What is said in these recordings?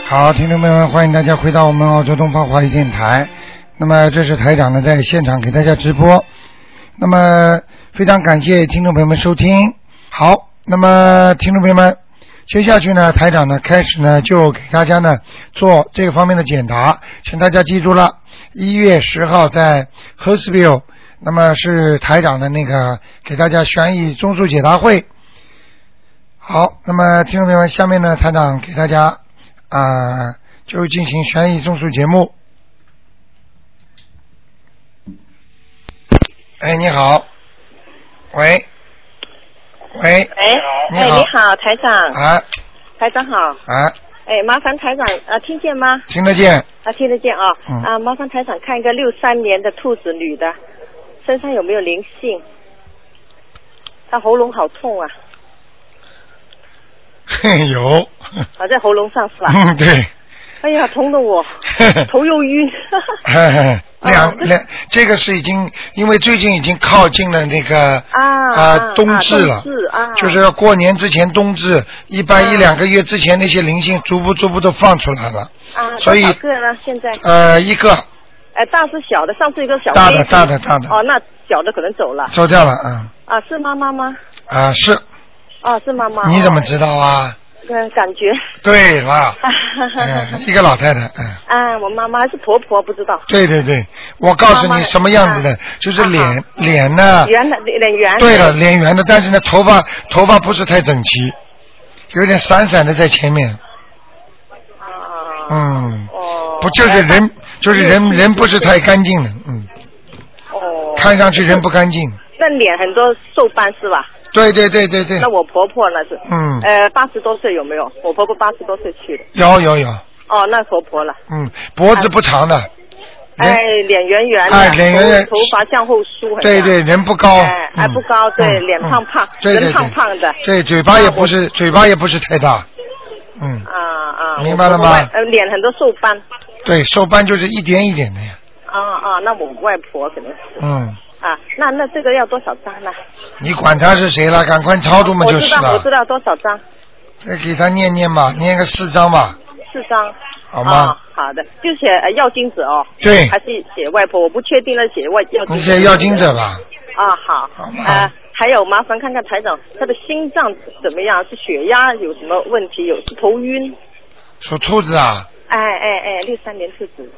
好，听众朋友们，欢迎大家回到我们澳洲东方华语电台。那么这是台长呢在现场给大家直播。那么非常感谢听众朋友们收听。好，那么听众朋友们，接下去呢台长呢开始呢就给大家呢做这个方面的解答，请大家记住了，1月10号在 Hurstville， 那么是台长的那个给大家悬疑综述解答会。好，那么听众朋友们，下面呢台长给大家就进行悬疑综述节目。哎，你好，喂， 哎， 你好， 你好，台长。台长好。 哎， 麻烦台长听见吗？ 听得见。 听得见啊。麻烦台长看一个63年的兔子女的，身上有没有灵性？她喉咙好痛啊。 有。 在喉咙上是吧？ 对。 哎呀，痛的我头又晕。 这个是已经，因为最近已经靠近了那个冬至了，就是要过年之前冬至，一般1-2个月之前那些灵性逐步都放出来了。所以多少个呢？现在一个。 大是小的，上次一个小大的。 那小的可能走了。 走掉了。 是妈妈吗？ 是。 是妈妈。 你怎么知道啊？ 感觉。对了。一个老太太。 我妈妈还是婆婆不知道。 对，我告诉你什么样子的，就是脸呢。 圆的，脸圆。 对了，脸圆的，但是呢头发不是太整齐，有点散散的在前面。不就是人不是太干净的。看上去人不干净。 那脸很多皱斑是吧？ 对。 那我婆婆那是80多岁有没有？我婆婆80多岁去的。 有。 那婆婆了。 脖子不长的。 脸圆圆的。 脸圆圆。 头发向后梳。 对，人不高。 不高，对，脸胖胖，人胖胖的。 对，嘴巴也不是太大。明白了吗？ 脸很多皱斑。 对，皱斑就是一点一点的呀。 那我外婆可能是。那这个要多少张呢？ 你管他是谁了，赶快超度嘛就是了。 我知道多少张。 再给他念嘛，念个4张吧。 4张。 好吗？ 好的，就写要经者哦。 对。 还是写外婆？我不确定了，写要经者。 你写要经者吧。 好。还有麻烦看看台长，他的心脏怎么样？是血压有什么问题？是头晕？ 属兔子啊。 63年兔子。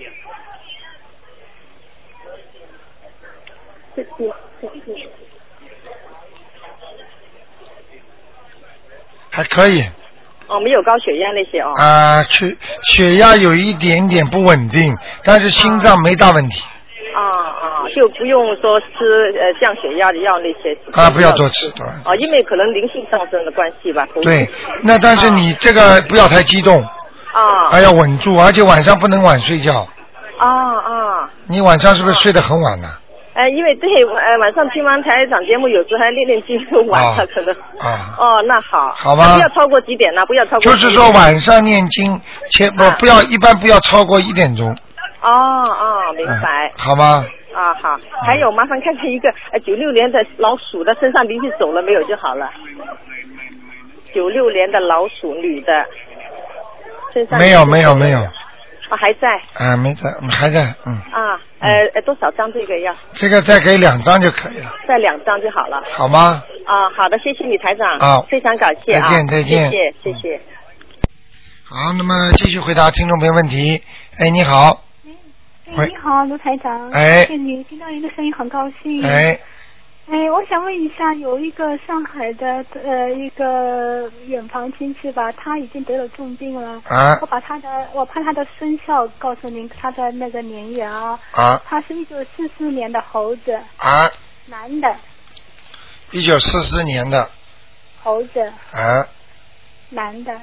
还可以。 没有高血压那些血压有一点点不稳定，但是心脏没大问题。 就不用说吃降血压的药那些。 不要多吃。 因为可能灵性上升的关系吧。 对，那但是你这个不要太激动。还要稳住，而且晚上不能晚睡觉。你晚上是不是睡得很晚呢？ 因为对晚上听完台长节目，有时还练经，晚上可能。那好。好吧。不要超过几点呢？不要超过。 就是说晚上念经，一般不要超过1点钟。 明白。 好吗？ 好。还有麻烦看看一个96年的老鼠的身上灵性走了没有就好了。96年的老鼠女的身上。没有。还在。 没在，还在。 多少张这个要？ 这个再给2张就可以了。 再2张就好了。 好吗？ 好的，谢谢你台长。非常感谢。 再见。 谢谢。 好，那么继续回答听众朋友问题。你好。 你好，卢台长。谢谢你，听到您的声音很高兴。我想问一下，有一个上海的一个远房亲戚吧，他已经得了重病了。我怕他的生肖告诉您他的那个年月他是1944年的猴子。男的。 1944年的。 猴子。男的。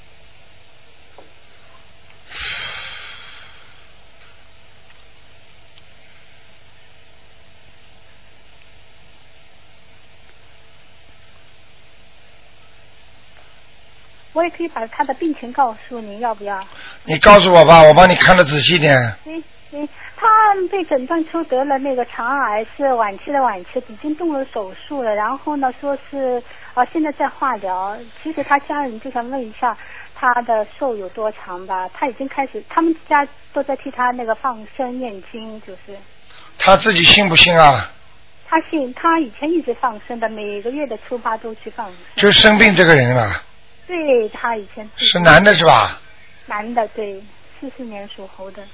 我也可以把他的病情告诉您，要不要？ 你告诉我吧，我帮你看得仔细点。 他被诊断出得了那个肠癌，是晚期的晚期，已经动了手术了。然后呢，说是现在在化疗。其实他家人就想问一下， 他的寿有多长吧。他已经开始，他们家都在替他那个放生念经，就是。 他自己信不信啊？ 他信，他以前一直放生的，每个月的初8都去放生。 就生病这个人啊？ 对，他以前是男的是吧？ 男的，对，44年属猴的。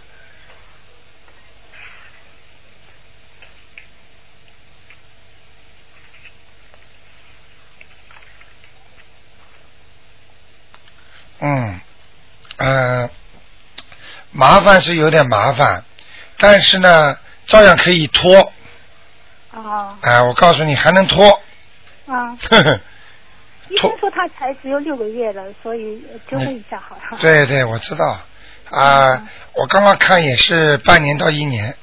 麻烦是有点麻烦，但是呢，照样可以拖。我告诉你，还能拖。 医生说他才只有6个月了，所以就问一下好了。 对对，我知道。我刚刚看也是半年到1年。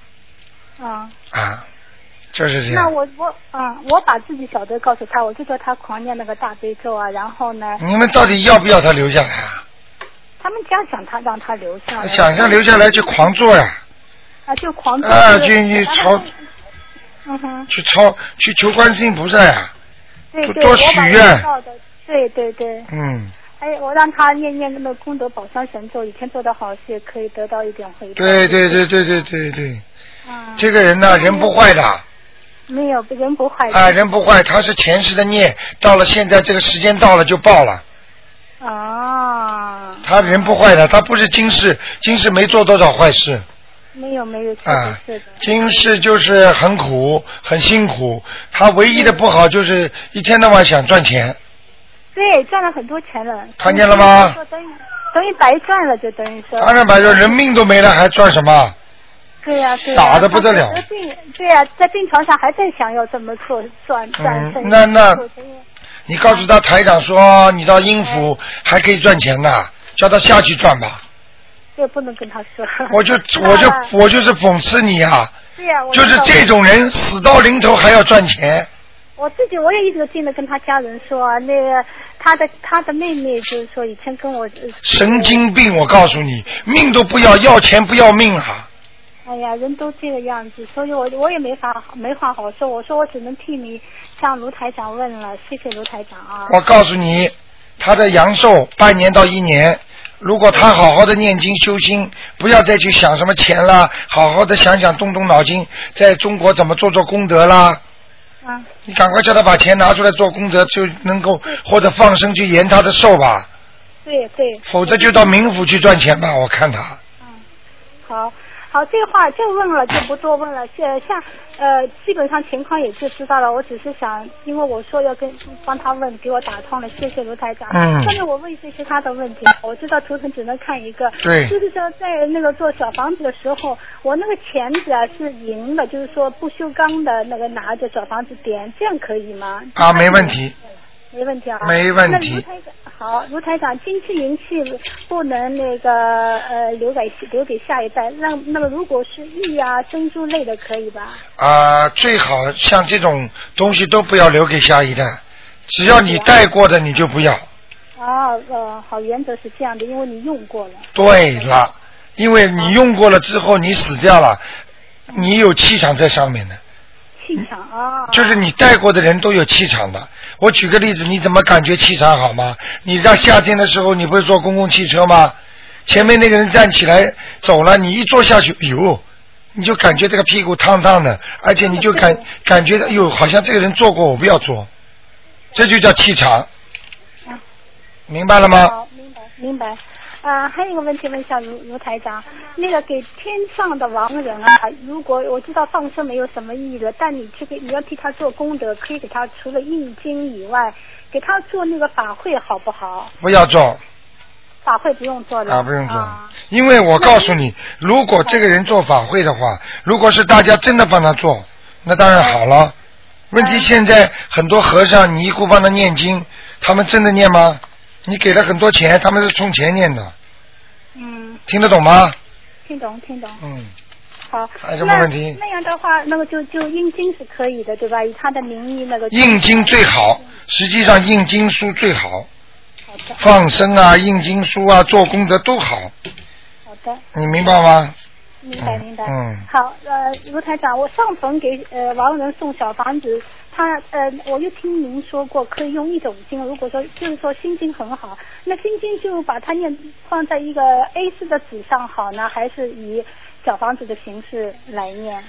就是这样。 那我把自己晓得告诉他，我就叫他狂念那个大悲咒啊，然后呢。 你们到底要不要他留下来啊？ 他们家想让他留下来。 想留下来就狂做呀。 就狂做。 去求观世音菩萨呀。 对对。 多许愿。 对对对。我让他念那个功德宝山神咒，以前做的好事也可以得到一点回报。 对。这个人呢，人不坏的。 没有，人不坏。 人不坏，他是前世的孽，到了现在这个时间到了就报了。他人不坏的，他不是今世没做多少坏事。 没有，是的。 今世就是很苦，很辛苦。他唯一的不好就是一天到晚想赚钱。 对，赚了很多钱了。 看见了吗？ 等于白赚了，就等于说。 当然白赚，人命都没了，还赚什么？ 对呀， 傻得不得了。 对呀，在病床上还在想要这么做赚。 那你告诉他台长说，你到阴府还可以赚钱的，叫他下去赚吧。 这不能跟他说。 我就是讽刺你啊！ 对呀， 就是这种人死到临头还要赚钱。 我也一直劲的跟他家人说啊，那个他的妹妹就是说以前跟我。 神经病！我告诉你，命都不要钱不要命啊！ 哎呀，人都这个样子，所以我也没话好说。我说我只能替你向卢台长问了，谢谢卢台长啊。 我告诉你，他的阳寿半年到1年，如果他好好的念经修心，不要再去想什么钱了，好好的想动脑筋，在中国怎么做功德啦。你赶快叫他把钱拿出来做功德，就能够或者放生去延他的寿吧。 对。 否则就到冥府去赚钱吧，我看他。 好，这话就问了，就不多问了。基本上情况也就知道了。我只是想，因为我说要帮他问，给我打通了，谢谢卢台长。下面我问一些其他的问题。我知道图腾只能看一个。 对。 就是说，在那个做小房子的时候，我那个钳子是银的，就是说不锈钢的那个拿着小房子点，这样可以吗？ 没问题。 没问题啊。 没问题。 卢台长，金器银器不能留给下一代。那么如果是玉啊、珍珠类的可以吧？ 最好像这种东西都不要留给下一代，只要你带过的你就不要。 好，原则是这样的，因为你用过了。 对了，因为你用过了之后你死掉了，你有气场在上面的。 气场啊。 就是你带过的人都有气场的。我举个例子，你怎么感觉气场好吗？你到夏天的时候，你不是坐公共汽车吗？前面那个人站起来走了，你一坐下去，你就感觉这个屁股烫烫的，而且你就感觉好像这个人坐过，我不要坐，这就叫气场。明白了吗？ 好，明白。还有一个问题问一下卢台长，那个给天上的亡人啊，如果我知道放生没有什么意义的，但你要替他做功德，可以给他除了印经以外，给他做那个法会好不好？ 不要做。 法会不用做的。 不用做。因为我告诉你，如果这个人做法会的话，如果是大家真的帮他做，那当然好了。问题现在很多和尚尼姑帮他念经，他们真的念吗？你给了很多钱，他们是充钱念的。听得懂吗？ 听懂。好。 还有什么问题？ 那样的话，那个就印经是可以的，对吧？以他的名义那个。 印经最好，实际上印经书最好。 好的。 放生啊，印经书啊，做功德都好。 好的。 你明白吗？ 明白。好，卢台长，我上坟给亡人送小房子，我又听您说过可以用一种经，如果说就是说心经很好，那心经就把它放在一个 A4 的纸上好呢，还是以小房子的形式来念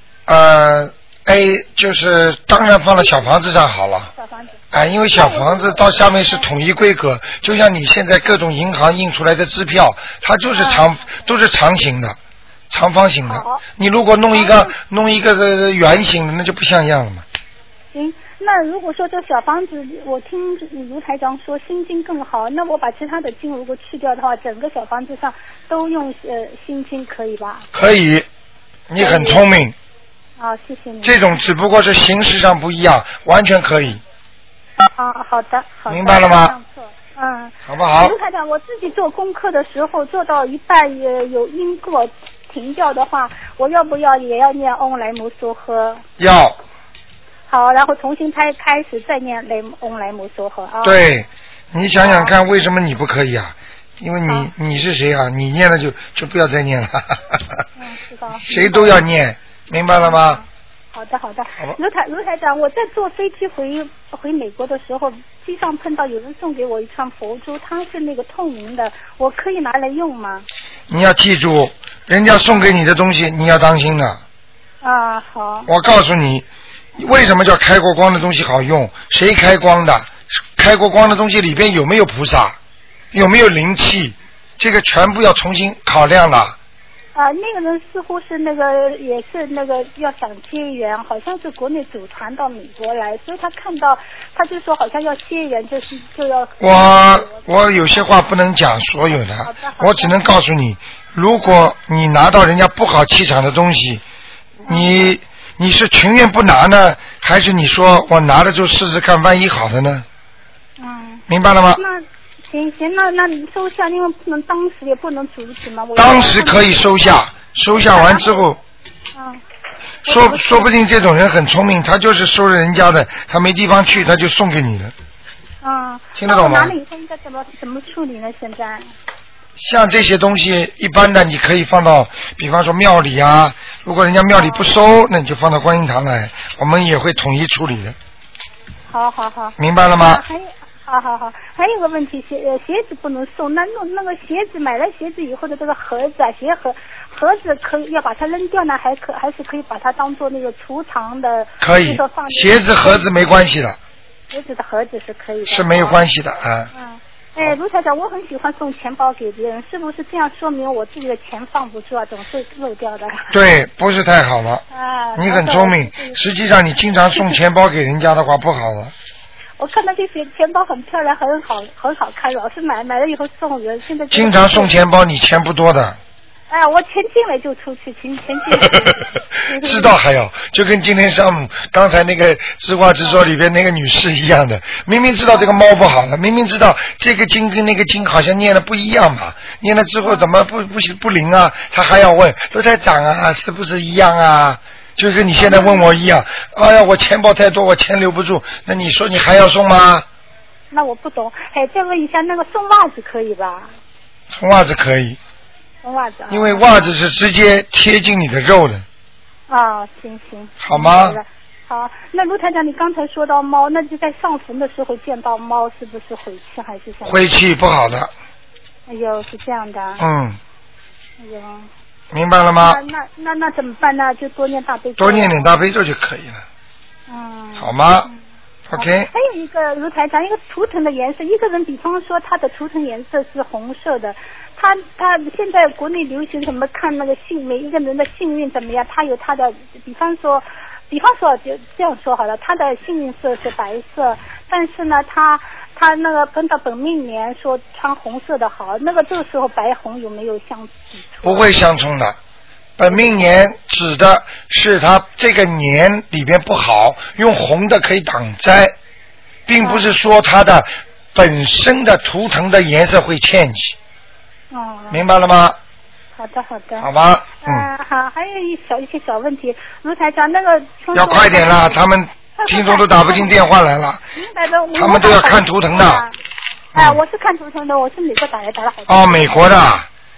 ？A 就是当然放在小房子上好了。 小房子。 因为小房子到下面是统一规格，就像你现在各种银行印出来的支票，它就是都是长形的。长方形的，你如果弄一个圆形的，那就不像样了嘛。 行，那如果说这小房子，我听卢台长说心经更好，那我把其他的经如果去掉的话，整个小房子上都用心经可以吧？ 可以，你很聪明。 谢谢你。 这种只不过是形式上不一样，完全可以。 好的。 明白了吗？好不好？ 卢台长，我自己做功课的时候做到一半也有因过停掉的话，我要不要也要念嗡来摩梭呵？ 要。 好，然后重新开始再念嗡来摩梭呵啊。 对，你想想看，为什么你不可以啊？因为你是谁啊？你念了就不要再念了。 知道。 谁都要念，明白了吗？ 好的。卢台长，我在坐飞机回美国的时候，机上碰到有人送给我一串佛珠，它是那个透明的，我可以拿来用吗？ 你要记住，人家送给你的东西你要当心的。 好。 我告诉你，为什么叫开过光的东西好用？谁开光的？开过光的东西里边有没有菩萨？有没有灵气？这个全部要重新考量了。 那个人似乎是也是要想结缘，好像是国内组团到美国来，所以他看到他就说好像要结缘，就要。我有些话不能讲所有的，我只能告诉你，如果你拿到人家不好气场的东西，你是情愿不拿呢，还是你说我拿了就试试看，万一好的呢？明白了吗？ 行，那你收下，因为不能当时也不能阻止嘛。 当时可以收下完之后，说不定这种人很聪明，他就是收了人家的，他没地方去，他就送给你了。听得懂吗？ 拿了以后应该怎么处理呢？现在？ 像这些东西，一般的你可以放到，比方说庙里啊，如果人家庙里不收，那你就放到观音堂来，我们也会统一处理的。 好。 明白了吗？ 好，还有个问题，鞋子不能送，那个鞋子买了鞋子以后的这个盒子鞋盒子要把它扔掉呢，还是可以把它当做那个储藏的？ 可以，鞋子盒子没关系的。 鞋子的盒子是可以的。 是没有关系的卢台长，我很喜欢送钱包给别人，是不是这样说明我自己的钱放不住总是漏掉的？对， 不是太好了。你很聪明，实际上你经常送钱包给人家的话不好了。 我看到这些钱包很漂亮，很好看，老是买了以后送人。现在经常送钱包，你钱不多的。 我钱进来就出去，钱进来。 知道还有，就跟今天上午刚才那个直话直说里边那个女士一样的，明明知道这个猫不好了，明明知道这个经跟那个经好像念的不一样嘛，念了之后怎么不灵啊？她还要问卢台长啊，是不是一样啊？就跟你现在问我一样，哎呀，我钱包太多，我钱留不住，那你说你还要送吗？ 那我不懂，再问一下，那个送袜子可以吧？ 送袜子可以。 送袜子。 因为袜子是直接贴近你的肉的。 行。 好吗？ 好，那卢台长，你刚才说到猫，那就在上坟的时候见到猫，是不是晦气还是什么？ 晦气不好的。 哎呦，是这样的。哎呦。 明白了吗？ 那怎么办呢？就多念大悲咒。 多念点大悲咒就可以了。好吗？OK。 还有一个卢台长，一个图腾的颜色，一个人比方说他的图腾颜色是红色的，他现在国内流行什么看那个每一个人的幸运怎么样？他有他的，比方说就这样说好了，他的幸运色是白色，但是呢他那个碰到本命年说穿红色的好，这个时候白红有没有相抵触？ 不会相冲的。本命年指的是他这个年里边不好，用红的可以挡灾，并不是说他的本身的图腾的颜色会欠起。明白了吗？ 好的。 好吧。 好，还有一些小问题，卢台长，那个要快点啦，他们听众都打不进电话来了。 明白的， 他们都要看图腾的。 我是看图腾的，我是美国打来好。 美国的。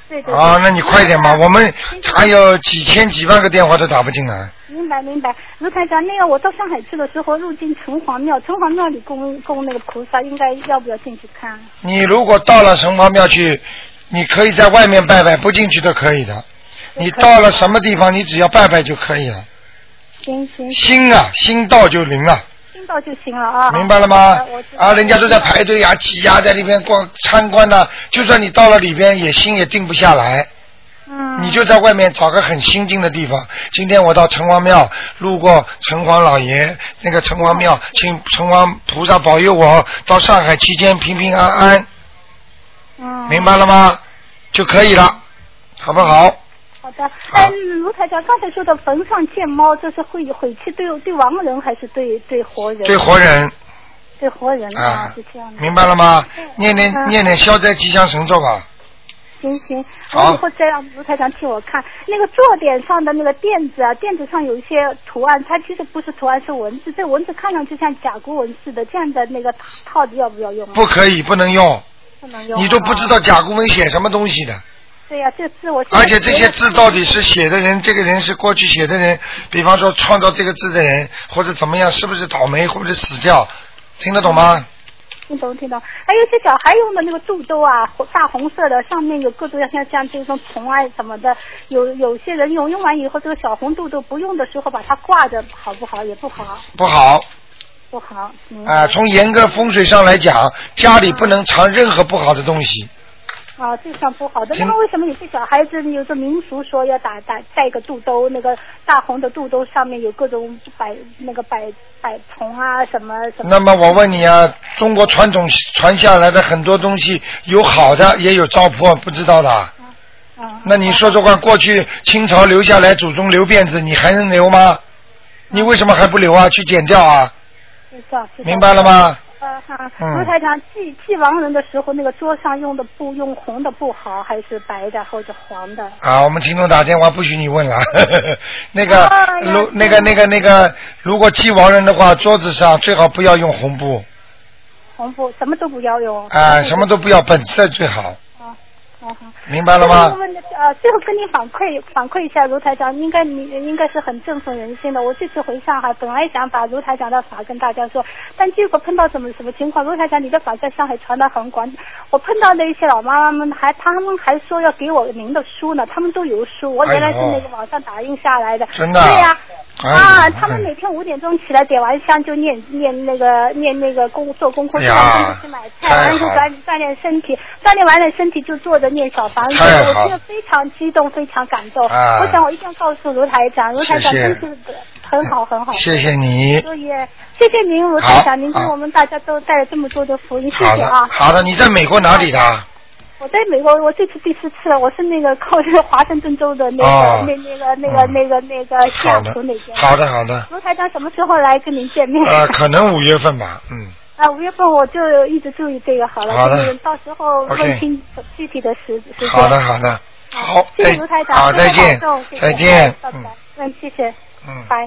对对。 那你快点吧，我们还有几千几万个电话都打不进来。 明白。卢台长，那个我到上海去的时候，入境城隍庙里供那个菩萨，应该要不要进去看？ 你如果到了城隍庙去，你可以在外面拜拜，不进去都可以的。你到了什么地方，你只要拜拜就可以了。 行。 心到就灵了。 心到就行了啊。 明白了吗？人家都在排队啊，挤压在里边参观呢，就算你到了里边，心也定不下来。你就在外面找个很清静的地方。今天我到城隍庙，路过城隍老爷那个城隍庙，请城隍菩萨保佑我到上海期间平平安安。明白了吗？就可以了，好不好？ 好的。卢台长刚才说的坟上见猫，这是晦气对亡人还是对活人？对活人。对活人啊，是这样的。 明白了吗？念点消灾吉祥神咒吧。 行，我以后再让卢台长替我看那个坐垫上的那个垫子啊，垫子上有一些图案，它其实不是图案，是文字。这文字看上去像甲骨文似的，这样的那个套子要不要用？ 不可以，不能用。 不能用。 你都不知道甲骨文写什么东西的。 对呀，这字我。 而且这些字到底是写的人，这个人是过去写的人，比方说创造这个字的人，或者怎么样，是不是倒霉或者死掉？听得懂吗？ 听懂。还有一些小孩用的那个肚兜啊，大红色的，上面有各种像这种虫啊什么的，有些人用完以后，这个小红肚兜不用的时候把它挂着，好不好？也不好。不好。从严格风水上来讲，家里不能藏任何不好的东西。这算不好的。那么为什么有些小孩子有个民俗说要带个肚兜，那个大红的肚兜上面有各种百虫啊什么？那么我问你啊，中国传统传下来的很多东西，有好的也有糟粕，不知道的。那你说看，过去清朝留下来祖宗留辫子，你还能留吗？你为什么还不留啊？去剪掉啊？明白了吗？卢台长，祭亡人的时候，那个桌上用的布用红的布好，还是白的或者黄的？我们听众打电话不许你问了。那个，如果祭亡人的话，桌子上最好不要用红布。红布什么都不要用。什么都不要，本色最好。明白了吗？最后跟你反馈一下，卢台长，你应该是很振奋人心的。我这次回上海，本来想把卢台长的法跟大家说，但结果碰到什么情况？卢台长，你的法在上海传得很广，我碰到的一些老妈妈们他们还说要给我您的书呢，他们都有书，我原来是那个网上打印下来的。真的？对呀。他们每天5点钟起来点完香就念那个做功课，去买菜，然后锻炼身体，锻炼完了身体就坐着念小房子，我觉得非常激动，非常感动。我想我一定要告诉卢台长，卢台长真是很好。谢谢你。所以谢谢您，卢台长，您给我们大家都带了这么多的福音，谢谢啊。好的，你在美国哪里的？我在美国，我这次第4次了，我是那个靠这个华盛顿州的那个西雅图那边。好的。卢台长什么时候来跟您见面？可能5月份吧，5月份我就一直注意这个好了。好的。到时候问清具体的时间。好的。好，谢谢卢台长。好，再见。再见。谢谢。拜。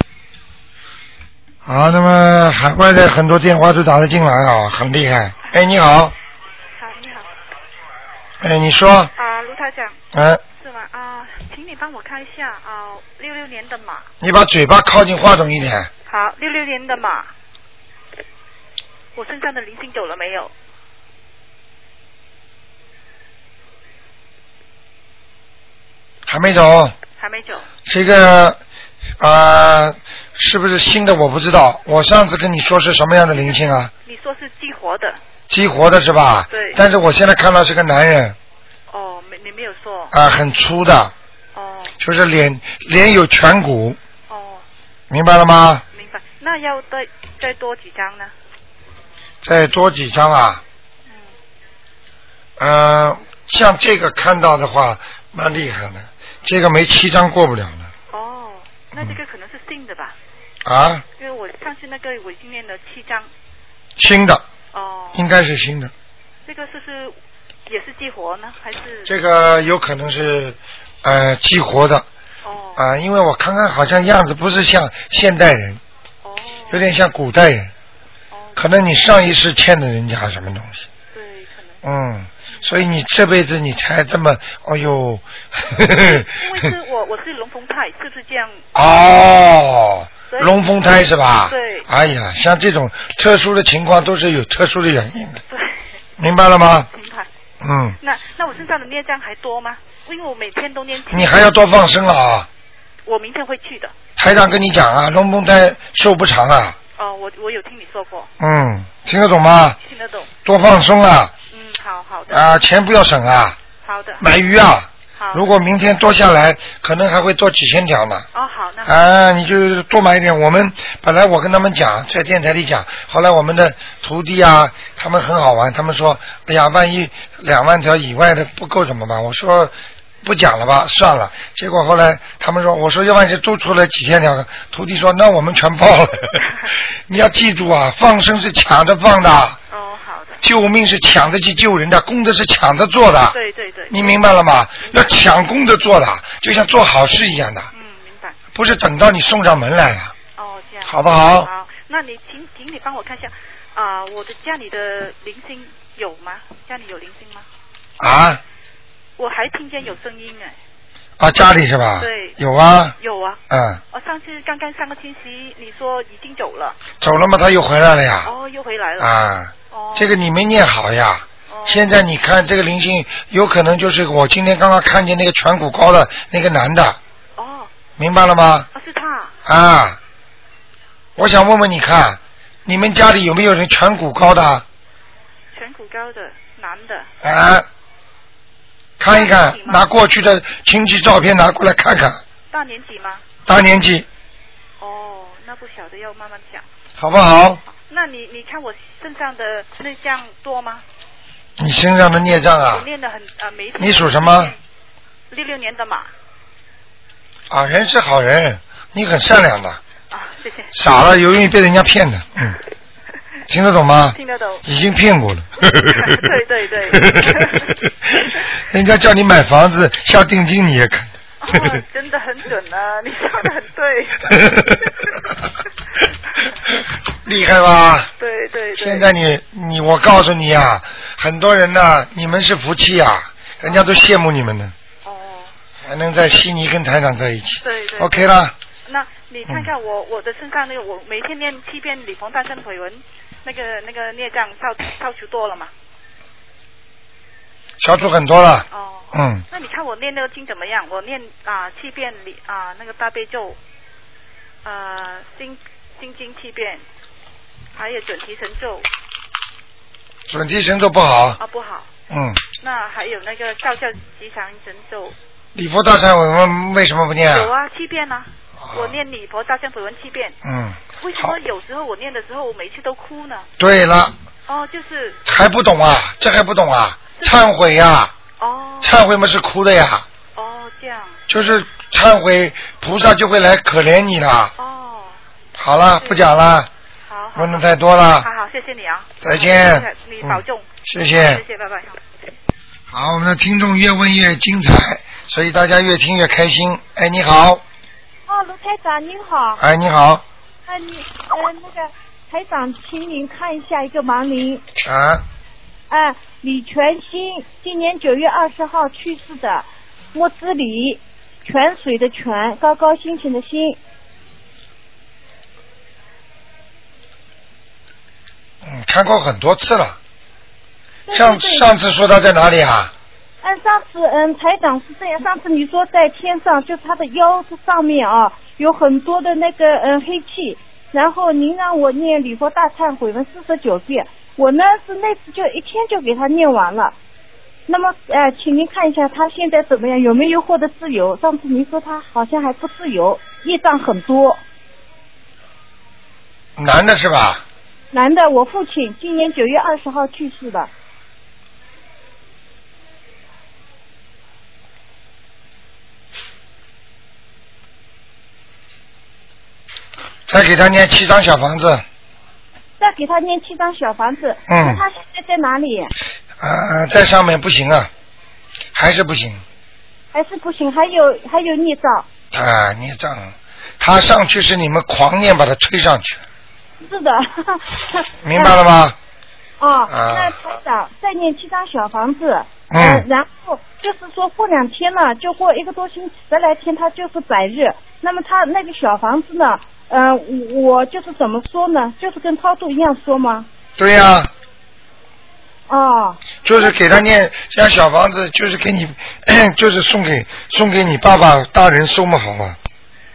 好，那么海外的很多电话都打得进来啊，很厉害。你好。你说。卢台长。是吗？请你帮我看一下66年的马。你把嘴巴靠近话筒一点。好，66年的马，我身上的灵性走了没有？还没走。这个是不是新的？我不知道。我上次跟你说是什么样的灵性啊？你说是激活的。激活的是吧？对。但是我现在看到是个男人。你没有说。很粗的。就是脸有颧骨。明白了吗？明白。那要再多几张呢？再多几张啊？像这个看到的话，蛮厉害的。这个没7张过不了的。那这个可能是新的吧？因为我上次那个我已经念了7张。新的。应该是新的。这个是也是激活呢，还是？这个有可能是激活的。因为我看看好像样子不是像现代人。有点像古代人。可能你上一世欠的人家什么东西。对。 所以你这辈子你才这么，哎呦。 因为我是龙凤胎，是不是这样？ 哦，龙凤胎是吧？ 对。 哎呀，像这种特殊的情况都是有特殊的原因的。对。明白了吗？ 明白。那我身上的孽障还多吗？因为我每天都念。 你还要多放生啊！ 我明天会去的。 台长跟你讲啊，龙凤胎寿不长啊。 哦，我有听你说过。 听得懂吗？ 听得懂。 多放松啊。 好的。 钱不要省啊。 好的。 买鱼啊。好。如果明天多下来，可能还会多几千条呢。 好那。 你就多买一点。本来我跟他们讲，在电台里讲，后来我们的徒弟啊，他们很好玩，他们说，哎呀，万一2万条以外的不够怎么办？我说。不讲了吧，算了。结果后来他们说，我说要万一多出来几千条，徒弟说那我们全报了。你要记住啊，放生是抢着放的。 好的。 救命是抢着去救人的，功德是抢着做的。 对。 你明白了吗？要抢功德做的，就像做好事一样的。 明白。不是等到你送上门来了。 这样。 好不好？ 好，那你请你帮我看一下我的家里的灵性有吗？家里有灵性吗？我还听见有声音家里是吧？ 对。 有啊。 我上次刚上个星期你说已经走了。 走了吗？他又回来了呀。 又回来了。 这个你没念好呀。现在你看这个灵性，有可能就是我今天刚刚看见那个颧骨高的那个男的。明白了吗？ 是他。 我想问问你看，你们家里有没有人颧骨高的？ 颧骨高的男的。 看一看，拿过去的亲戚照片拿过来看看。 大年纪吗？ 大年纪。 那不晓得要慢慢讲。 好不好？ 那你看我身上的孽障多吗？ 你身上的孽障啊？ 我念得很每天。 你属什么 ？66年的马。 人是好人，你很善良的。 谢谢。 傻了，容易被人家骗的。听得懂吗？ 听得懂。 已经骗过了。 对。 人家叫你买房子下定金，你也肯。 真的很准啊！你说的很对。 厉害吧？ 对。 现在我告诉你啊，很多人呢，你们是福气啊，人家都羡慕你们呢。还能在悉尼跟台长在一起。 对。 OK 了。 那你看看我的身上那个，我每天念7遍礼佛大忏悔文，那个孽障消除多了吗？ 消除很多了。 那你看我念那个经怎么样？我念7遍那个大悲咒，心经7遍，还有准提神咒。 准提神咒不好。 不好。那还有那个道教吉祥神咒。 礼佛大忏悔文为什么不念有7遍啊。我念礼佛大忏悔文7遍。为什么有时候我念的时候，我每次都哭呢？ 对了。 就是还不懂啊？这还不懂啊？忏悔呀。忏悔嘛是哭的呀。 这样。 就是忏悔，菩萨就会来可怜你了。好了，不讲了。 好。 问的太多了。 好，谢谢你啊。 再见。 你保重。 谢谢。 谢谢，拜拜。 好，我们的听众越问越精彩，所以大家越听越开心。你好。 卢台长您好。 你好。 那个台长，请您看一下一个亡灵。李全新，今年9月20号去世的，木子李，泉水的泉，高高兴兴的兴。 看过很多次了。上次说他在哪里啊？ 上次台长是这样，上次你说在天上，就他的腰上面有很多的那个黑气，然后您让我念礼佛大忏悔文49遍，我呢是那次就一天就给他念完了。那么请您看一下他现在怎么样，有没有获得自由？上次您说他好像还不自由，业障很多。 男的是吧？ 男的，我父亲今年9月20号去世的。 再给他念7张小房子。 再给他念7张小房子。那他现在在哪里？ 在上面不行啊，还是不行。 还是不行，还有孽障。 孽障，他上去是你们狂念把他推上去。 是的。 明白了吗？ 哦，那台长再念7张小房子，然后就是说过2天了，就过1个多星期10来天，它就是百日。那么他那个小房子呢？我就是怎么说呢？就是跟超度一样说吗？ 对呀。 哦。 就是给他念像小房子，就是给你，就是送给你爸爸大人收嘛，好吗？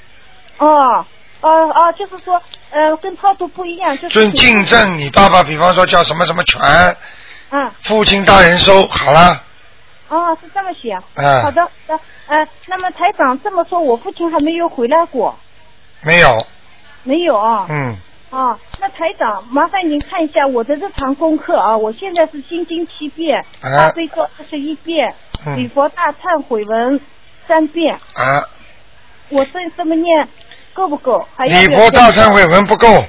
就是说，跟超度不一样，就是。 敬赠你爸爸，比方说叫什么什么权。父亲大人收好了。 是这么写。好的。那么台长这么说，我父亲还没有回来过。 没有。 没有啊。那台长，麻烦您看一下我的日常功课啊，我现在是心经7遍，大悲咒21遍，礼佛大忏悔文3遍。我这么念够不够？ 礼佛大忏悔文不够。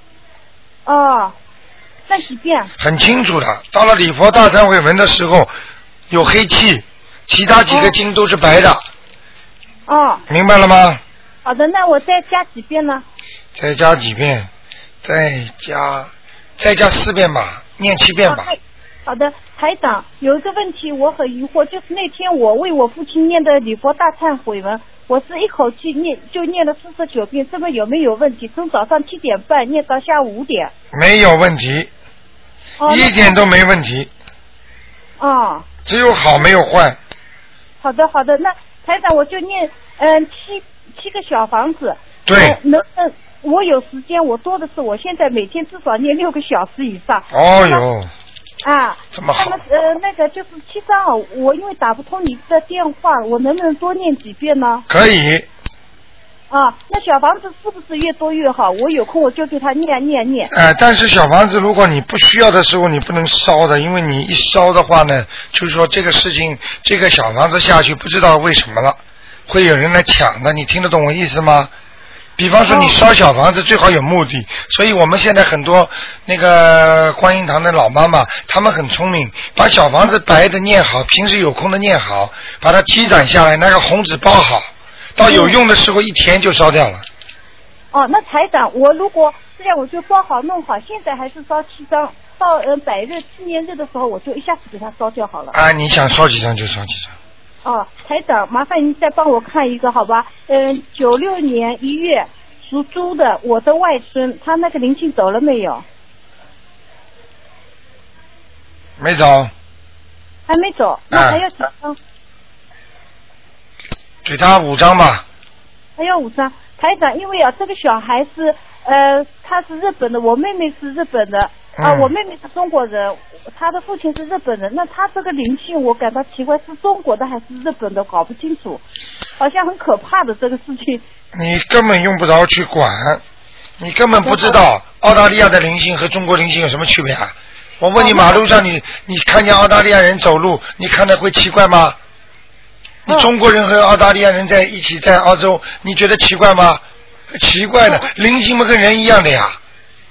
那几遍？ 很清楚的，到了礼佛大忏悔文的时候有黑气，其他几个经都是白的。明白了吗？ 好的，那我再加几遍呢？ 再加几遍？再加4遍吧，念7遍吧。 好的，台长，有一个问题我很疑惑，就是那天我为我父亲念的礼佛大忏悔文，我是一口气念了49遍，这么有没有问题？从早上7点半念到下午5点。没有问题，一点都没问题。只有好没有坏。好的，那台长我就念7个小房子。对。我有时间，我多的是，我现在每天至少念6个小时以上。这么好。那个就是7张我因为打不通你的电话，我能不能多念几遍呢？可以。那小房子是不是越多越好？我有空我就给他念。但是小房子如果你不需要的时候，你不能烧的，因为你一烧的话呢，就是说这个事情，这个小房子下去不知道为什么了，会有人来抢的，你听得懂我意思吗？比方说你烧小房子最好有目的，所以我们现在很多那个观音堂的老妈妈，他们很聪明，把小房子白的念好，平时有空的念好，把它积攒下来，那个红纸包好，到有用的时候一填就烧掉了。那台长，我如果这样我就包好弄好，现在还是烧7张，到百日纪念日的时候我就一下子给它烧掉好了。你想烧几张就烧几张。台长，麻烦您再帮我看一个好吧？96年1月属猪的，我的外孙，他那个灵性走了没有？没走。还没走，那还要几张？给他5张吧。还要5张，台长，因为这个小孩是他是日本的，我妹妹是日本的。我妹妹是中国人，她的父亲是日本人，那她这个灵性我感到奇怪，是中国的还是日本的，搞不清楚，好像很可怕的这个事情。你根本用不着去管，你根本不知道澳大利亚的灵性和中国灵性有什么区别啊？我问你，马路上你看见澳大利亚人走路，你看着会奇怪吗？你中国人和澳大利亚人在一起在澳洲，你觉得奇怪吗？奇怪的，灵性不跟人一样的呀。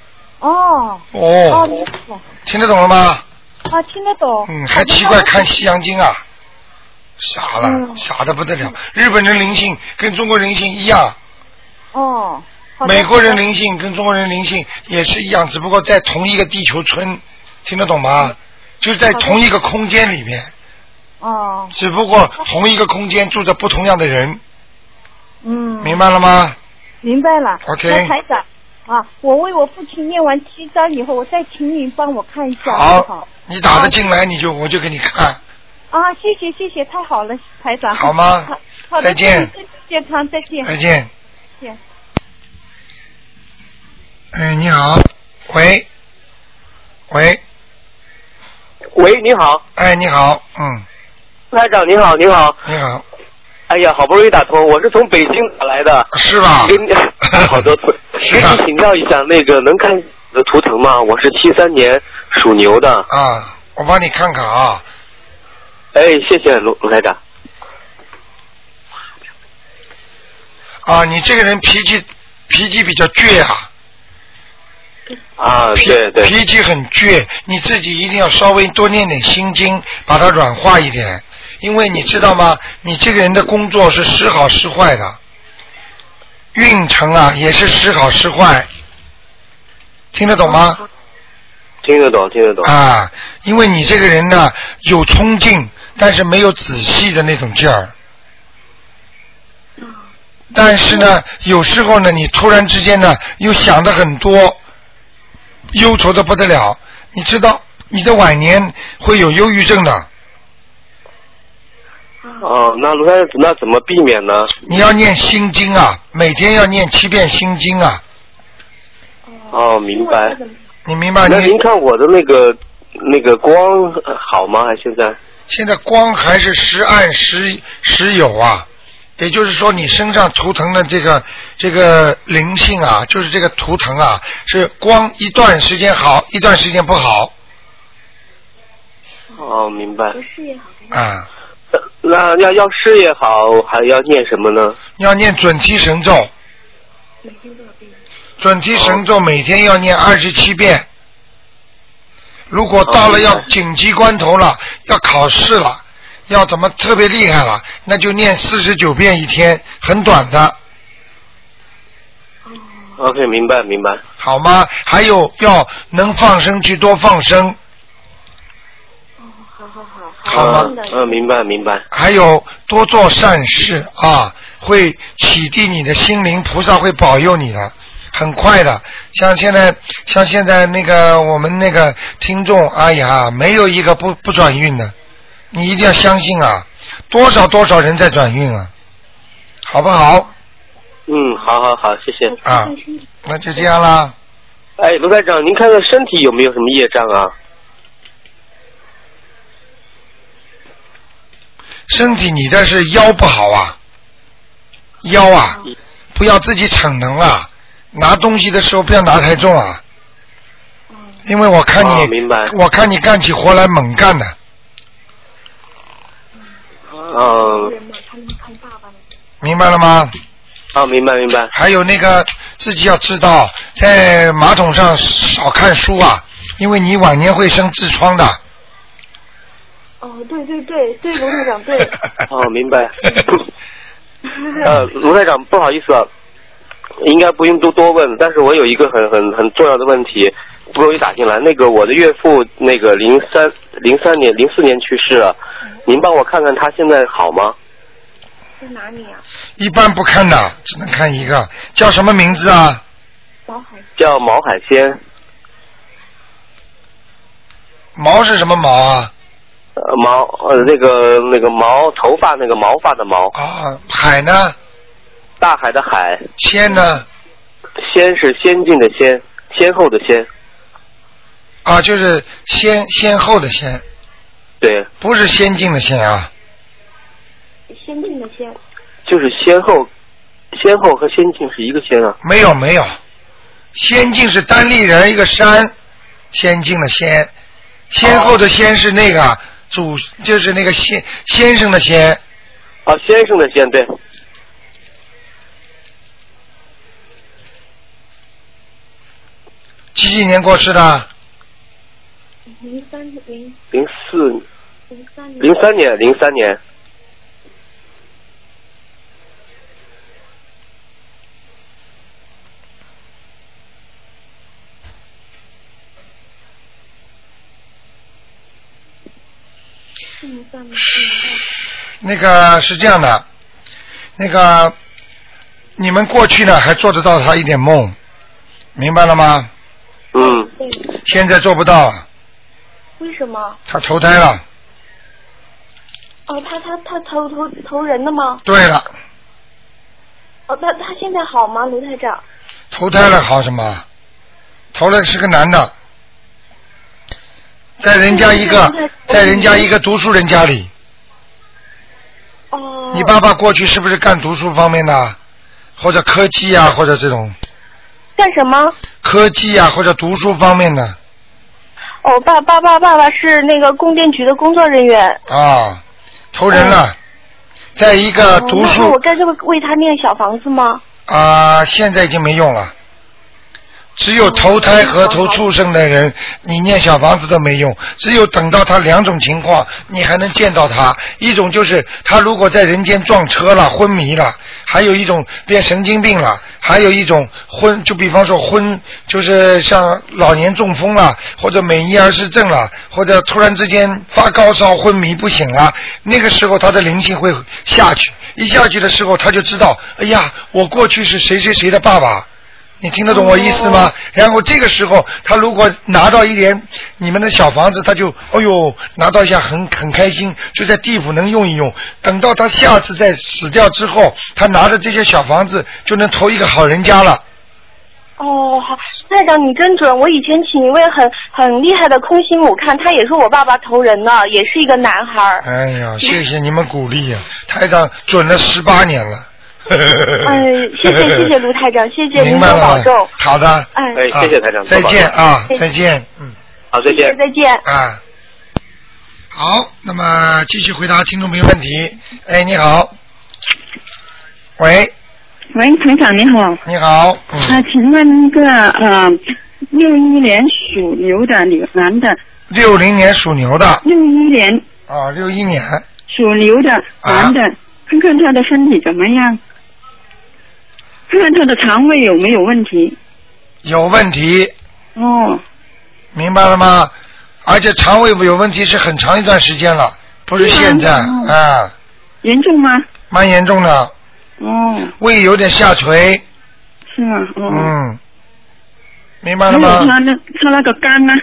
听得懂了吗？听得懂。还奇怪看西洋经啊，傻了，傻得不得了。日本人灵性跟中国灵性一样。美国人灵性跟中国人灵性也是一样，只不过在同一个地球村，听得懂吗？就是在同一个空间里面。只不过同一个空间住着不同样的人。明白了吗？明白了。OK。那台长。我为我父亲念完7张以后，我再请您帮我看一下。好，你打得进来我就给你看。谢谢，太好了，台长。好吗？好的，再见。健康，再见。再见。你好，喂，你好。你好，台长你好。你好。哎呀，好不容易打通，我是从北京打来的。是吧？好多次。跟你请教一下，那个能看的图腾吗？我是73年属牛的。我帮你看看啊。谢谢卢台长。你这个人脾气比较倔对。脾气很倔，你自己一定要稍微多念点心经，把它软化一点。因为你知道吗？你这个人的工作是时好时坏的，运程也是时好时坏，听得懂吗？ 听得懂，听得懂。 啊，因为你这个人呢有冲劲，但是没有仔细的那种劲儿。但是呢，有时候呢，你突然之间呢又想得很多，忧愁的不得了。你知道，你的晚年会有忧郁症的。 哦，那卢台长，那怎么避免呢？ 你要念心经啊，每天要念7遍心经啊。 哦，明白。 你明白？ 那您看我的那个光好吗？还现在？ 现在光还是时暗时有啊。也就是说，你身上图腾的这个灵性啊，就是这个图腾啊，是光一段时间好，一段时间不好。 哦，明白。 事业好。 啊。那要事业好，还要念什么呢？ 要念准提神咒。 每天多少遍？ 准提神咒每天要念27遍。如果到了要紧急关头了，要考试了。要怎么特别厉害了，那就念49遍一天，很短的。 OK， 明白明白。 好吗？还有要能放生去多放生。好吗？ 明白明白。 还有多做善事啊，会启迪你的心灵，菩萨会保佑你的，很快的。像现在那个我们那个听众，哎呀，没有一个不转运的。你一定要相信啊，多少人在转运啊，好不好？ 好，谢谢。 啊，那就这样啦。 哎，卢台长，您看看身体有没有什么业障啊？ 身体你的是腰不好啊，腰啊，不要自己逞能啊，拿东西的时候不要拿太重啊。因为我看你， 明白。 我看你干起活来猛干的。明白了吗？ 明白。 还有那个自己要知道，在马桶上少看书啊，因为你晚年会生痔疮的。 对，卢台长对。 明白。卢台长，不好意思啊，应该不用多问，但是我有一个很重要的问题，不容易打进来。那个我的岳父那个04年去世了，您帮我看看他现在好吗？ 在哪里啊？ 一般不看的，只能看一个。叫什么名字啊？ 叫毛海鲜。 毛是什么毛啊？ 毛那个毛，头发那个毛发的毛。 啊，海呢？ 大海的海。 仙呢？ 仙是先进的仙，先后的先。 啊，就是先后的先。 对。 不是先进的先啊。 先进的先。 就是先后和先进是一个先啊。 没有，先进是单立人一个山，先进的先，先后的先是那个就是那个先生的先。 先生的先，对。 几年过世的 ？03年。 那个是这样的，那个你们过去呢还做得到他一点梦，明白了吗？现在做不到了。 为什么？ 他投胎了。 他投人了吗？ 对了。 他现在好吗，卢台长？ 投胎了好什么？投了是个男的，在人家一个读书人家里。你爸爸过去是不是干读书方面的，或者科技啊，或者这种？ 干什么？ 科技啊，或者读书方面的。 爸爸是那个供电局的工作人员。 投人了，在一个读书。 那我该为他念小房子吗？ 现在已经没用了。 只有投胎和投畜生的人，你念小房子都没用。只有等到他两种情况，你还能见到他。一种就是他如果在人间撞车了、昏迷了；还有一种变神经病了；还有一种就比方说就是像老年中风了，或者美伊尔氏症了，或者突然之间发高烧、昏迷不醒了。那个时候他的灵性会下去，一下去的时候他就知道，哎呀，我过去是谁谁谁的爸爸。你听得懂我意思吗？然后这个时候他如果拿到一点你们的小房子，他就哎呦拿到一下很开心，就在地府能用一用。等到他下次再死掉之后，他拿着这些小房子就能投一个好人家了。 哦，好，台长你真准。我以前请一位很厉害的空心母看，他也是我爸爸投人呢，也是一个男孩。 哎呀，谢谢你们鼓励呀，台长准了18年了。 谢谢卢台长，谢谢您多保重。 好的， 谢谢台长， 再见啊，再见， 好，再见， 再见啊。好，那么继续回答听众朋友问题。哎，你好，喂， 台长你好。 你好， 请问一个61年属牛的男的。 60年属牛的。 61年。 哦，61年。 属牛的男的，看看他的身体怎么样。看看他的肠胃有没有问题？ 有问题。 哦。 明白了吗？而且肠胃有问题是很长一段时间了，不是现在啊。 严重吗？ 蛮严重的。 哦。 胃有点下垂。 是吗？哦。 明白了吗？ 还有他那个肝呢？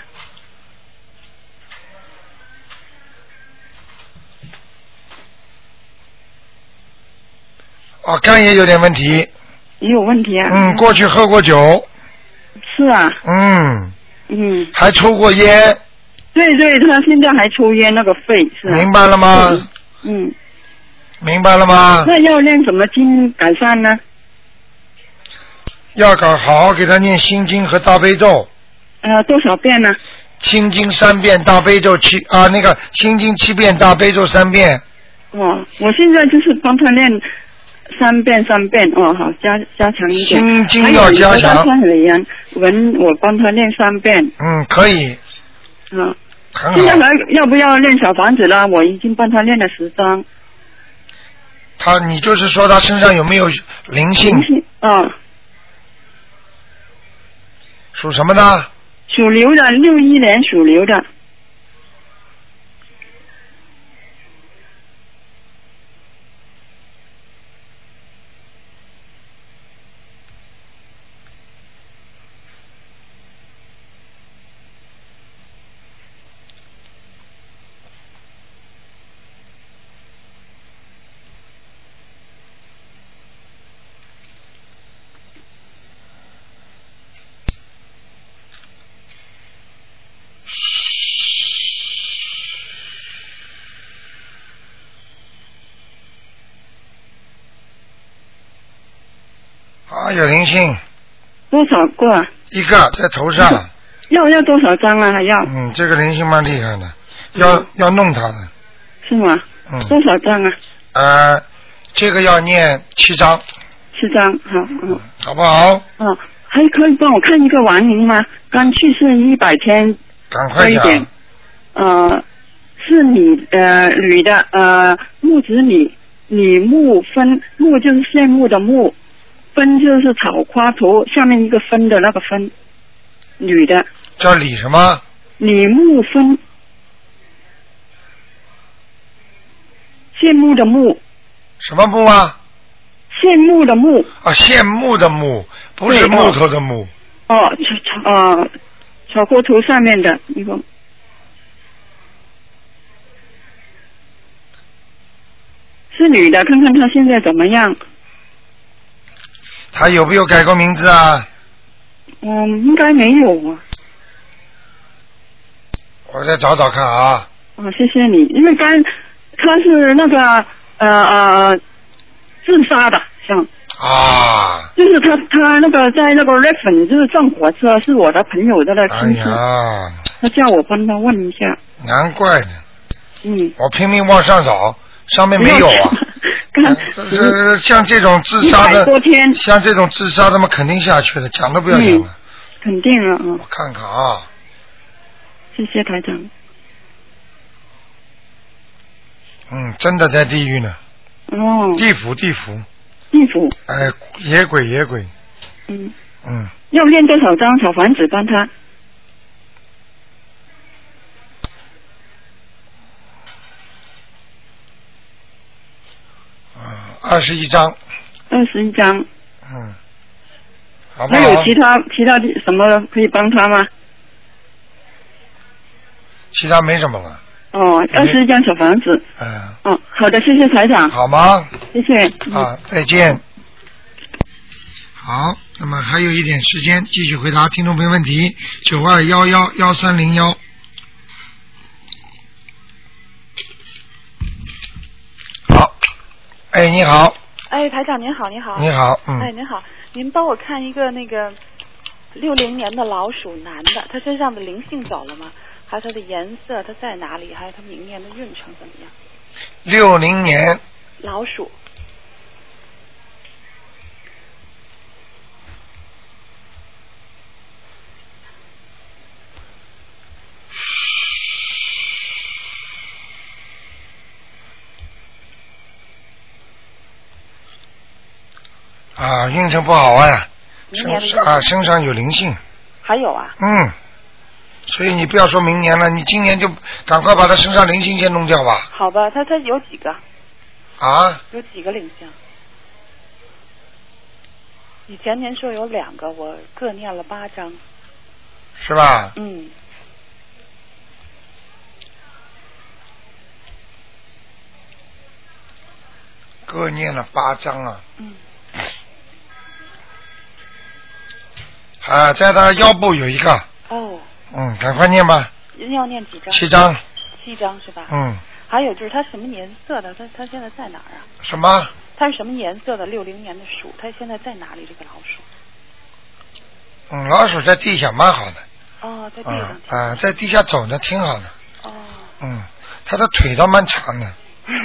肝也有点问题。 也有问题啊。 过去喝过酒。 是啊。还抽过烟。 对，他现在还抽烟，那个肺是啊。 明白了吗？明白了吗？ 那要念什么经改善呢？ 要好好给他念心经和大悲咒。 多少遍呢？ 心经3遍，大悲咒那个心经7遍，大悲咒3遍。 我现在就是帮他念3遍，好，加强一点。 心经要加强。 我帮他念3遍。 可以。很好。 现在还要不要念小房子了？我已经帮他念了10张。 你就是说他身上有没有灵性？属什么的？ 属牛的，61年属牛的。 有灵性。 多少个？ 一个在头上。 要多少张啊？还要？ 这个灵性蛮厉害的，要弄他的。 是吗？多少张啊？这个要念7张。 7张，好。 好不好？ 还可以帮我看一个亡灵吗？刚去世100天。 赶快讲。 是女的，木子李木分，木就是羡慕的木。分就是草花头下面一个分的那个分，女的。 叫李什么？ 李木分。羡慕的慕。 什么木啊？ 羡慕的慕。 羡慕的慕，不是木头的木。 草花头上面的一个。是女的，看看她现在怎么样。 他有没有改过名字啊？ 应该没有啊。 我再找找看啊。 谢谢你，因为他是那个自杀的，像。就是他那个在那个日本就是撞火车，是我的朋友的亲戚。他叫我帮他问一下。 难怪呢。我拼命往上找，上面没有啊。像这种自杀的，像这种自杀的嘛，肯定下去了，讲都不要讲了。 肯定啊。 我看看啊。 谢谢台长。 真的在地狱呢。地府。野鬼。 要练多少张小房子帮他 ？21张。 21张。 好不好？ 还有其他的什么可以帮他吗？ 其他没什么了。 21张小房子。好的，谢谢台长。 好吗？ 谢谢。 再见。好，那么还有一点时间，继续回答听众朋友问题。92111301。好，你好。 台长您好，你好。 你好， 您好，您帮我看一个那个60年的老鼠男的，他身上的灵性走了吗？还有他的颜色，他在哪里？还有他明年的运程怎么样 ？60年老鼠。 运程不好啊，身上有灵性。 还有啊？ 所以你不要说明年了，你今年就赶快把他身上灵性先弄掉吧。 好吧，他有几个？有几个灵性？以前您说有2个，我各念了8张。 是吧？各念了8张啊。在他腰部有一个。赶快念吧。 要念几张 ？7张。 7张是吧？还有就是他什么颜色的？他现在在哪儿啊？ 什么？ 他是什么颜色的？60年的鼠，他现在在哪里？这个老鼠？ 老鼠在地下蛮好的。 在地上。 在地下走的挺好的。他的腿倒蛮长的。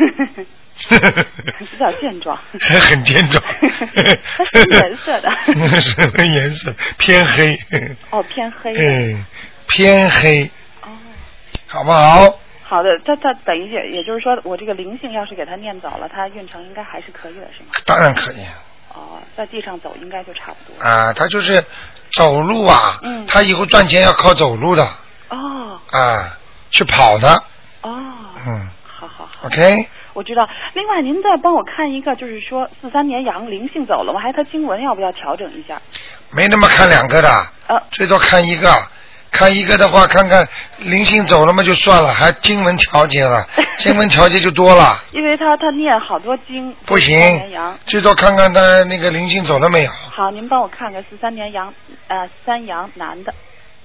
比较健壮。 很健壮。 它什么颜色的？ 什么颜色？偏黑。 偏黑。 偏黑。好不好？ 好的，他等于也就是说，我这个灵性要是给他念走了，他运程应该还是可以的，是吗？ 当然可以。 在地上走应该就差不多。 他就是走路啊。他以后赚钱要靠走路的。去跑的。好。OK。 我知道。另外，您再帮我看一个，就是说43年羊灵性走了吗？还有他经文要不要调整一下？ 没那么看2个的。最多看1个。看1个的话，看看灵性走了嘛就算了，还经文调节了，经文调节就多了。 因为他念好多经。 不行，最多看看他那个灵性走了没有。 好，您帮我看看43年羊3羊男的。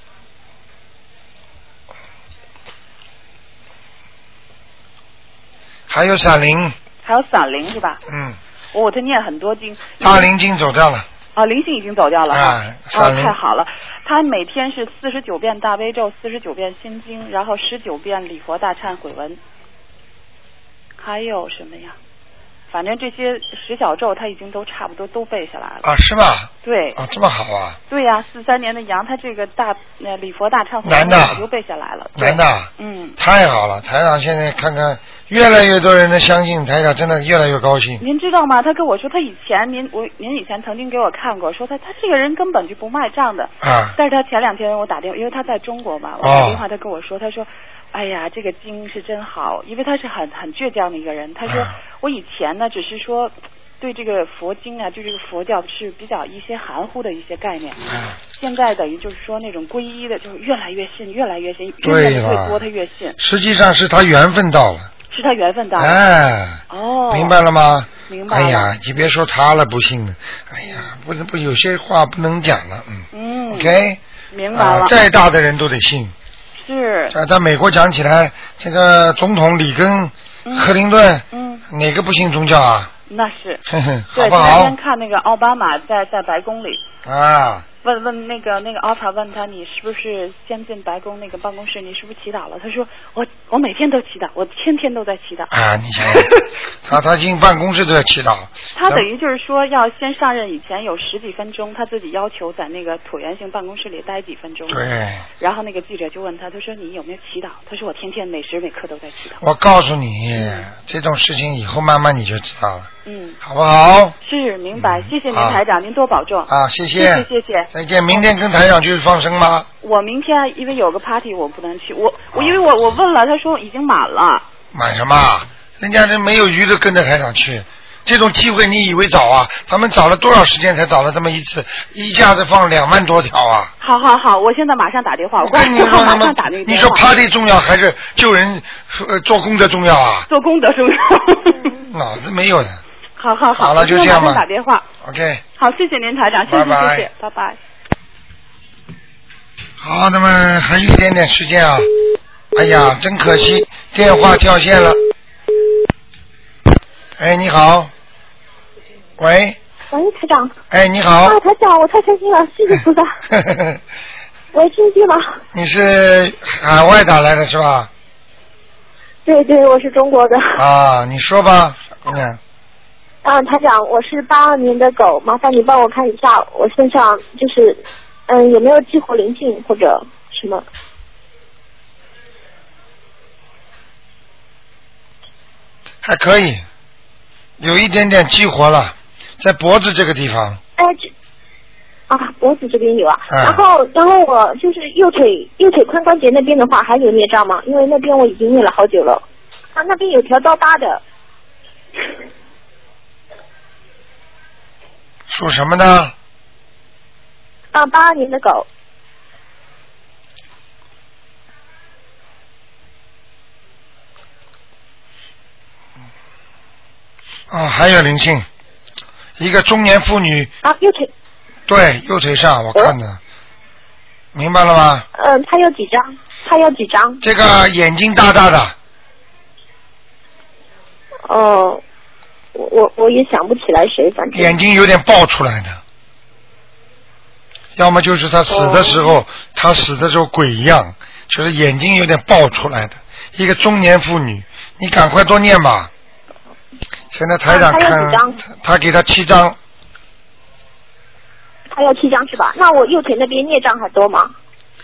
还有闪灵。 还有闪灵是吧？我他念很多经。 大灵经走掉了。 灵性已经走掉了。太好了。他每天是49遍大悲咒，49遍心经，然后19遍礼佛大忏悔文。还有什么呀？反正这些10小咒他已经都差不多都背下来了。 是吧？ 对。 这么好啊。 对呀，43年的羊，他这个礼佛大忏悔文都背下来了。 男的。太好了，台长现在看看越来越多人的相信台长，真的越来越高兴。 您知道吗？他跟我说，他以前您以前曾经给我看过，说他这个人根本就不卖账的。但是他前2天我打电话，因为他在中国嘛，我打电话他跟我说，他说。哎呀，这个经是真好，因为他是很倔强的一个人。他说我以前呢，只是说对这个佛经啊，对这个佛教是比较一些含糊的一些概念。现在等于就是说那种皈依的，就是越来越信，越来越信，越多他越信。 实际上是他缘分到了。 是他缘分到了。 明白了吗？ 明白了。 哎呀，你别说他了，不信了。哎呀，不，有些话不能讲了。OK。 明白了。 再大的人都得信。 是。 在美国讲起来，这个总统里根、克林顿，哪个不信宗教啊？ 那是。 好不好？ 对，那天看那个奥巴马在白宫里。 问那个 Alpha 问他，你是不是先进白宫那个办公室，你是不是祈祷了？他说我每天都祈祷，我天天都在祈祷。 啊，你想他进办公室都在祈祷。 他等于就是说要先上任以前有10几分钟，他自己要求在那个椭圆形办公室里待几分钟。 对。然后那个记者就问他，他说你有没有祈祷？他说我天天每时每刻都在祈祷。 我告诉你，这种事情以后慢慢你就知道了。好不好？ 是，明白。谢谢您台长，您多保重。 啊，谢谢。 谢谢。 再见。明天跟台长去放生吗？ 我明天因为有个 party 我不能去，我因为我问了，他说已经满了。 满什么？人家这没有鱼的跟着台长去，这种机会你以为早啊？咱们找了多少时间才找了这么一次，一下子放2万多条啊！ 好，我现在马上打电话。我跟你说马上打那个电话。 你说 party 重要还是救人做功德重要啊？ 做功德重要。 脑子没有的。 好了，就这样吧。 马上打电话。 OK。 好，谢谢您台长，谢谢，拜拜。 好，那么还有一点点时间啊！哎呀，真可惜，电话掉线了。哎，你好。喂。 喂，台长。 哎，你好。 台长，我太开心了，谢谢菩萨。喂，听见吗？ 你是海外打来的是吧？ 对，我是中国的。 啊，你说吧，姑娘。 台长，我是82年的狗，麻烦你帮我看一下我身上就是有没有激活灵性或者什么？ 还可以，有一点点激活了，在脖子这个地方。 脖子这边有啊。然后我就是右腿髋关节那边的话还有孽障吗？因为那边我已经念了好久了。那边有条刀疤的。 属什么呢 ？82年的狗。 还有灵性，一个中年妇女。 右腿。 对，右腿上我看的，明白了吗？ 他有几张？ 这个眼睛大大的。 我也想不起来谁，反正眼睛有点爆出来的，要么就是他死的时候，鬼一样，就是眼睛有点爆出来的一个中年妇女，你赶快多念吧。现在台长看，他给他7张。 他要7张是吧？那我右腿那边孽障还多吗？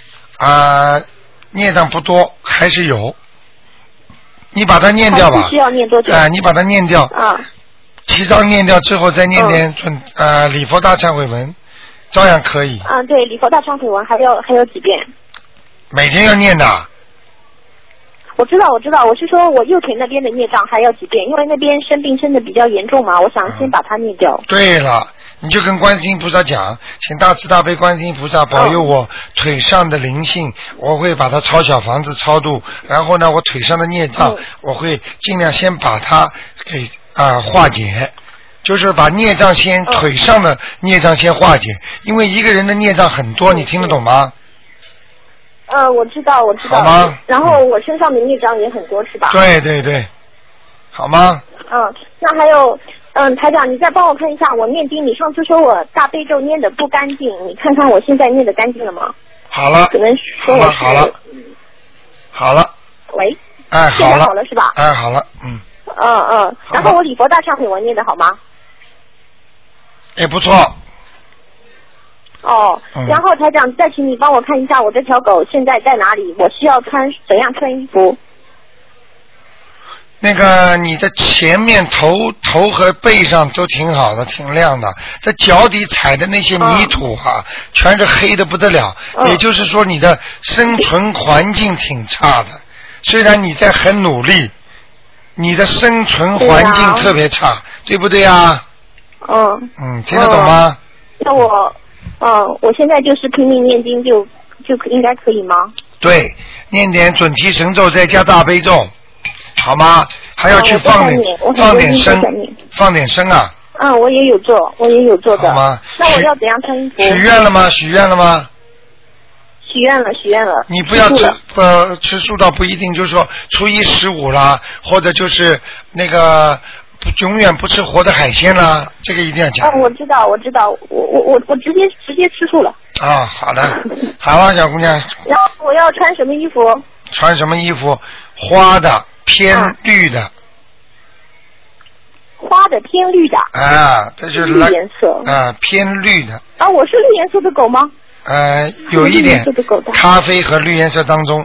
孽障不多，还是有。你把它念掉吧。 需要念多久？ 你把它念掉。7张念掉之后，再念点礼佛大忏悔文，照样可以。 对，礼佛大忏悔文还有几遍？ 每天要念的。 我知道，我是说我右腿那边的孽障还要几遍，因为那边生病生的比较严重嘛，我想先把它念掉。 对了，你就跟观世音菩萨讲，请大慈大悲观世音菩萨保佑我腿上的灵性，我会把它抄小房子超度，然后呢，我腿上的孽障，我会尽量先把它给化解，就是把孽障腿上的孽障先化解，因为一个人的孽障很多，你听得懂吗？ 我知道。 好吗？ 然后我身上的孽障也很多，是吧？ 对，好吗？ 那还有，台长，你再帮我看一下我念经，你上次说我大悲咒念的不干净，你看看我现在念的干净了吗？ 好了。 可能说我是。好了。 喂。 好了。 现在好了是吧？ 好了， 然后我礼佛大忏悔文念的好吗？ 也不错。 然后台长，再请你帮我看一下我这条狗现在在哪里，我需要怎样穿衣服？ 那个你的前面头和背上都挺好的，挺亮的，在脚底踩的那些泥土全是黑的不得了，也就是说你的生存环境挺差的，虽然你在很努力，你的生存环境特别差，对不对啊？听得懂吗？ 那我现在就是拼命念经就应该可以吗？对， 念点准提神咒再加大悲咒，好吗？还要去放点声啊。 我也有做的。 好吗？ 那我要怎样穿衣服？ 许愿了吗？ 许愿了。 你不要吃素倒不一定，就是说初一15啦，或者就是那个永远不吃活的海鲜啦，这个一定要讲。 我知道，我直接吃素了。 啊，好的，好了，小姑娘。 然后我要穿什么衣服？ 穿什么衣服？花的，偏绿的。 花的偏绿的。 啊，这就是绿颜色。 啊，偏绿的。 啊，我是绿颜色的狗吗？ 有一点咖啡和绿颜色当中。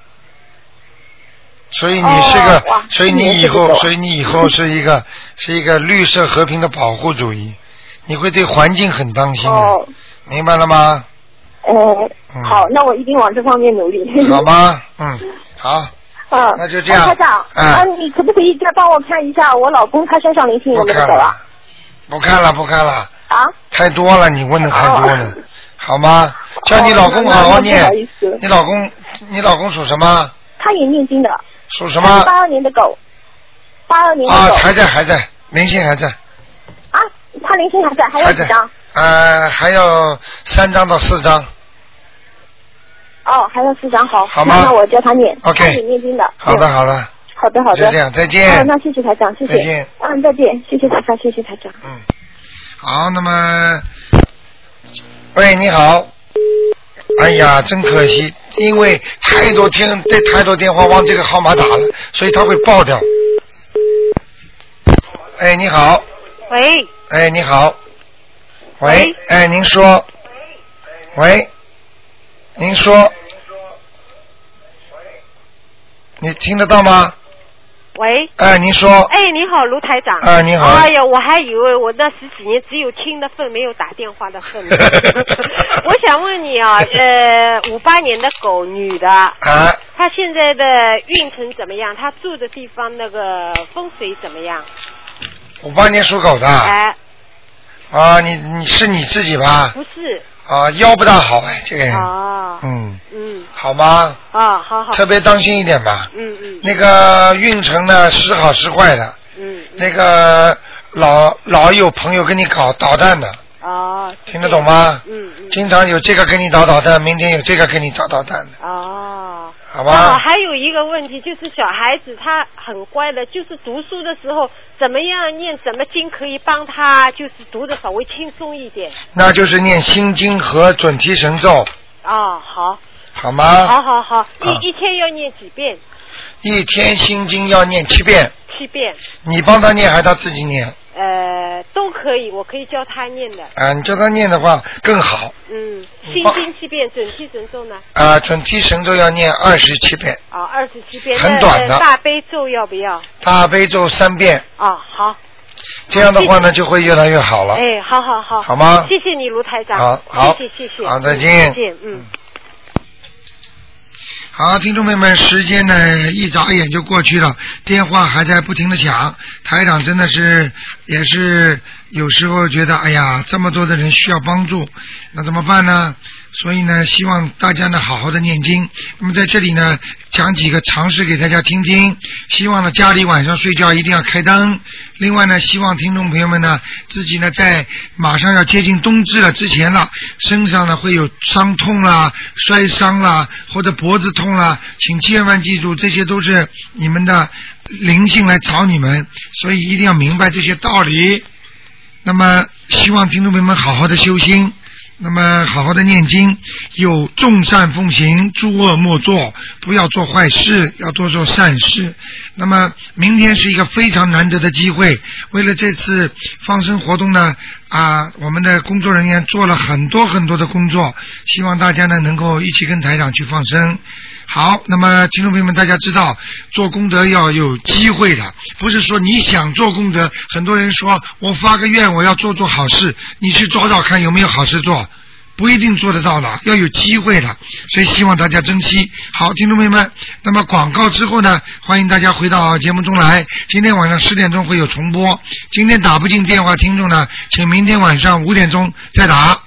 所以你是个，所以你以后是一个绿色和平的保护主义，你会对环境很当心的，明白了吗？ 好，那我一定往这方面努力。 好吗？好。那就这样。 台长，你可不可以再帮我看一下我老公他身上灵性有没有走啊？ 不看了。 啊？ 太多了，你问的太多了，好吗？叫你老公好好念。你老公属什么？ 他也念经的。 属什么 ？82年的狗。82年的狗。 还在，灵性还在。 啊，他灵性还在，还有几张？ 还有3张到4张。 还有4张，好吗？ 那我叫他念。 OK。 他也念经的。 好的。就这样，再见。 那谢谢台长，谢谢。 再见。 再见，谢谢台长，谢谢台长。 好，那么，喂，你好。哎呀，真可惜，因为太多电话往这个号码打了，所以他会爆掉。哎，你好。 喂。 哎，你好。喂。哎，您说。喂。您说。你听得到吗？ 喂。 您说。 你好，卢台长。 你好。 哎呀，我还以为我那10几年只有听的份，没有打电话的份。我想问你啊，58年的狗，女的。她现在的运程怎么样？她住的地方那个风水怎么样 ？58年属狗的。你是你自己吧？ 不是。 腰不大好这个人。好吗？ 好。 特别当心一点吧。那个运程呢，时好时坏的。那个老有朋友跟你搞捣蛋的。听得懂吗？经常有这个跟你捣蛋，明天有这个跟你捣蛋的。好吧。 还有一个问题就是小孩子他很乖的，就是读书的时候怎么样念什么经可以帮他就是读的稍微轻松一点？ 那就是念心经和准提神咒。 好吗？ 好。一天要念几遍？ 一天心经要念7遍。 7遍。 你帮他念还是他自己念？ 都可以，我可以教他念的。 你教他念的话更好。 心经7遍，准提神咒呢？ 准提神咒要念27遍。 27遍。 很短的。 大悲咒要不要？ 大悲咒3遍。 好。 这样的话呢，就会越来越好了。 好。 好吗？ 谢谢你，卢台长。 好。 谢谢。 好，再见。 再见。 好，听众朋友们，时间呢一眨眼就过去了，电话还在不停的响，台长真的是也是有时候觉得，哎呀，这么多的人需要帮助，那怎么办呢？所以呢，希望大家呢好好的念经。那么在这里呢，讲几个常识给大家听听。希望呢家里晚上睡觉一定要开灯。另外呢，希望听众朋友们呢自己呢在马上要接近冬至了之前了，身上呢会有伤痛啦、摔伤啦或者脖子痛啦，请千万记住，这些都是你们的灵性来找你们，所以一定要明白这些道理。那么希望听众朋友们好好的修心。那么好好的念经，有众善奉行，诸恶莫作，不要做坏事，要多做善事。那么明天是一个非常难得的机会，为了这次放生活动呢我们的工作人员做了很多的工作，希望大家呢能够一起跟台长去放生。好，那么听众朋友们，大家知道做功德要有机会的，不是说你想做功德，很多人说我发个愿我要做好事，你去找找看有没有好事做，不一定做得到的，要有机会的，所以希望大家珍惜。好，听众朋友们，那么广告之后呢，欢迎大家回到节目中来，今天晚上10点钟会有重播，今天打不进电话听众呢，请明天晚上5点钟再打。